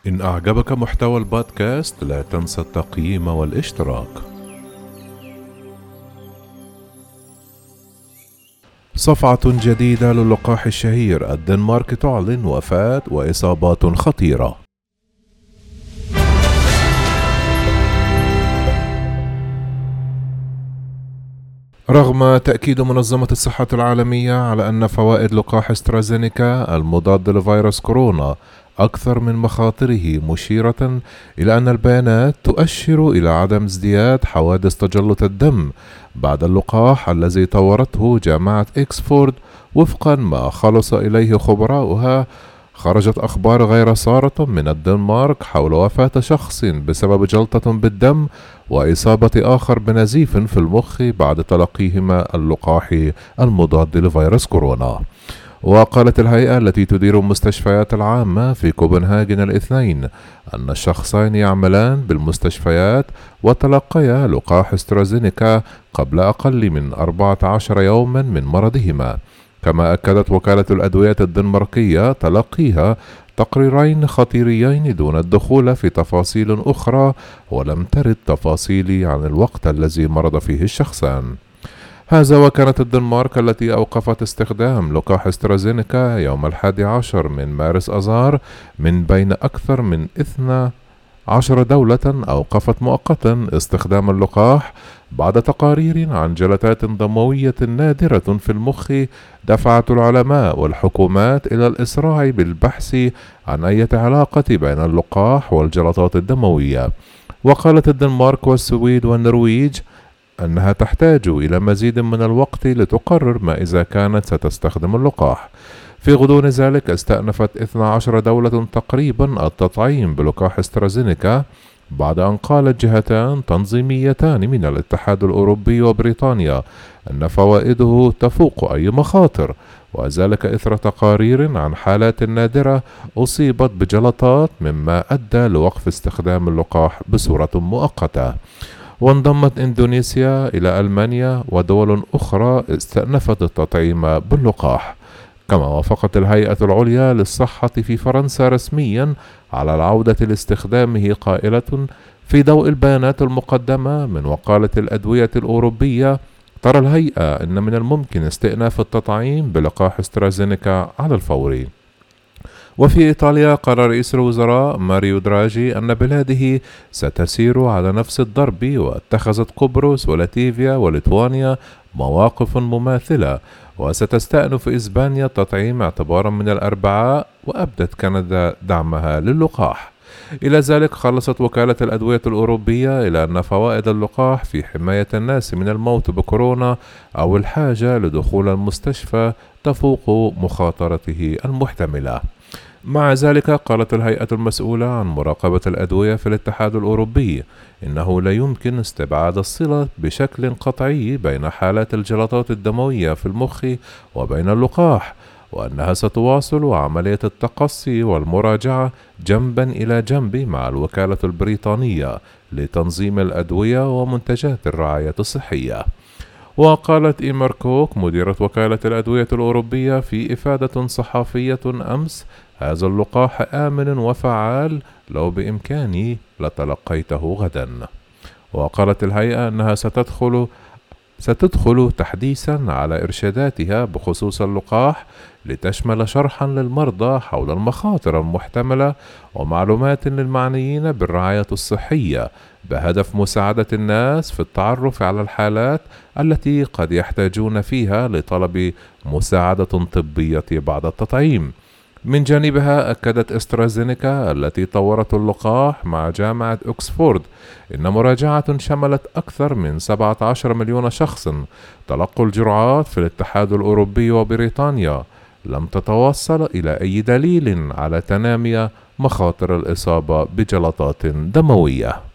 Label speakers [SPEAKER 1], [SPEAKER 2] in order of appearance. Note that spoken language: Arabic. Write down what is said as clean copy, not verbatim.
[SPEAKER 1] إن أعجبك محتوى البودكاست لا تنسى التقييم والاشتراك. صفعة جديدة للقاح الشهير، الدنمارك تعلن وفاة وإصابات خطيرة. رغم تأكيد منظمة الصحة العالمية على أن فوائد لقاح استرازينيكا المضاد لفيروس كورونا أكثر من مخاطره، مشيرة إلى أن البيانات تؤشر إلى عدم ازدياد حوادث تجلط الدم بعد اللقاح الذي طورته جامعة إكسفورد وفقا ما خلص إليه خبراؤها، خرجت أخبار غير سارة من الدنمارك حول وفاة شخص بسبب جلطة بالدم وإصابة آخر بنزيف في المخ بعد تلقيهما اللقاح المضاد لفيروس كورونا. وقالت الهيئة التي تدير المستشفيات العامة في كوبنهاجن الاثنين أن الشخصين يعملان بالمستشفيات وتلقيا لقاح استرازينيكا قبل أقل من 14 يوما من مرضهما. كما أكدت وكالة الأدوية الدنماركية تلقيها تقريرين خطيرين دون الدخول في تفاصيل أخرى، ولم ترد تفاصيل عن الوقت الذي مرض فيه الشخصان. هذا وكانت الدنمارك التي أوقفت استخدام لقاح استرازينيكا يوم 11 من مارس آذار من بين أكثر من 12 دولة أوقفت مؤقتا استخدام اللقاح بعد تقارير عن جلطات دموية نادرة في المخ دفعت العلماء والحكومات إلى الإسراع بالبحث عن أي علاقة بين اللقاح والجلطات الدموية. وقالت الدنمارك والسويد والنرويج أنها تحتاج إلى مزيد من الوقت لتقرر ما إذا كانت ستستخدم اللقاح. في غضون ذلك استأنفت 12 دولة تقريبا التطعيم بلقاح استرازينيكا بعد أن قالت جهتان تنظيميتان من الاتحاد الأوروبي وبريطانيا أن فوائده تفوق أي مخاطر، وذلك إثر تقارير عن حالات نادرة أصيبت بجلطات مما أدى لوقف استخدام اللقاح بصورة مؤقتة. وانضمت إندونيسيا إلى ألمانيا ودول أخرى استأنفت التطعيم باللقاح. كما وافقت الهيئة العليا للصحة في فرنسا رسميا على العودة لاستخدامه، قائلة في ضوء البيانات المقدمة من وكالة الأدوية الأوروبية ترى الهيئة أن من الممكن استئناف التطعيم بلقاح استرازينيكا على الفور. وفي إيطاليا قال رئيس الوزراء ماريو دراجي أن بلاده ستسير على نفس الضرب، واتخذت قبرص ولاتفيا وليتوانيا مواقف مماثلة، وستستأنف إسبانيا التطعيم اعتبارا من الأربعاء، وأبدت كندا دعمها للقاح. إلى ذلك خلصت وكالة الأدوية الأوروبية إلى أن فوائد اللقاح في حماية الناس من الموت بكورونا أو الحاجة لدخول المستشفى تفوق مخاطرته المحتملة. مع ذلك قالت الهيئة المسؤولة عن مراقبة الأدوية في الاتحاد الأوروبي إنه لا يمكن استبعاد الصلة بشكل قطعي بين حالات الجلطات الدموية في المخ وبين اللقاح، وأنها ستواصل عملية التقصي والمراجعة جنبا إلى جنب مع الوكالة البريطانية لتنظيم الأدوية ومنتجات الرعاية الصحية. وقالت إيمر كوك مديرة وكالة الأدوية الأوروبية في إفادة صحفية أمس: هذا اللقاح آمن وفعال، لو بإمكاني لتلقيته غدا. وقالت الهيئة أنها ستدخل تحديثا على إرشاداتها بخصوص اللقاح لتشمل شرحا للمرضى حول المخاطر المحتملة ومعلومات للمعنيين بالرعاية الصحية بهدف مساعدة الناس في التعرف على الحالات التي قد يحتاجون فيها لطلب مساعدة طبية بعد التطعيم. من جانبها أكدت استرازينيكا التي طورت اللقاح مع جامعة أكسفورد إن مراجعة شملت أكثر من 17 مليون شخص تلقوا الجرعات في الاتحاد الأوروبي وبريطانيا لم تتوصل إلى أي دليل على تنامي مخاطر الإصابة بجلطات دموية.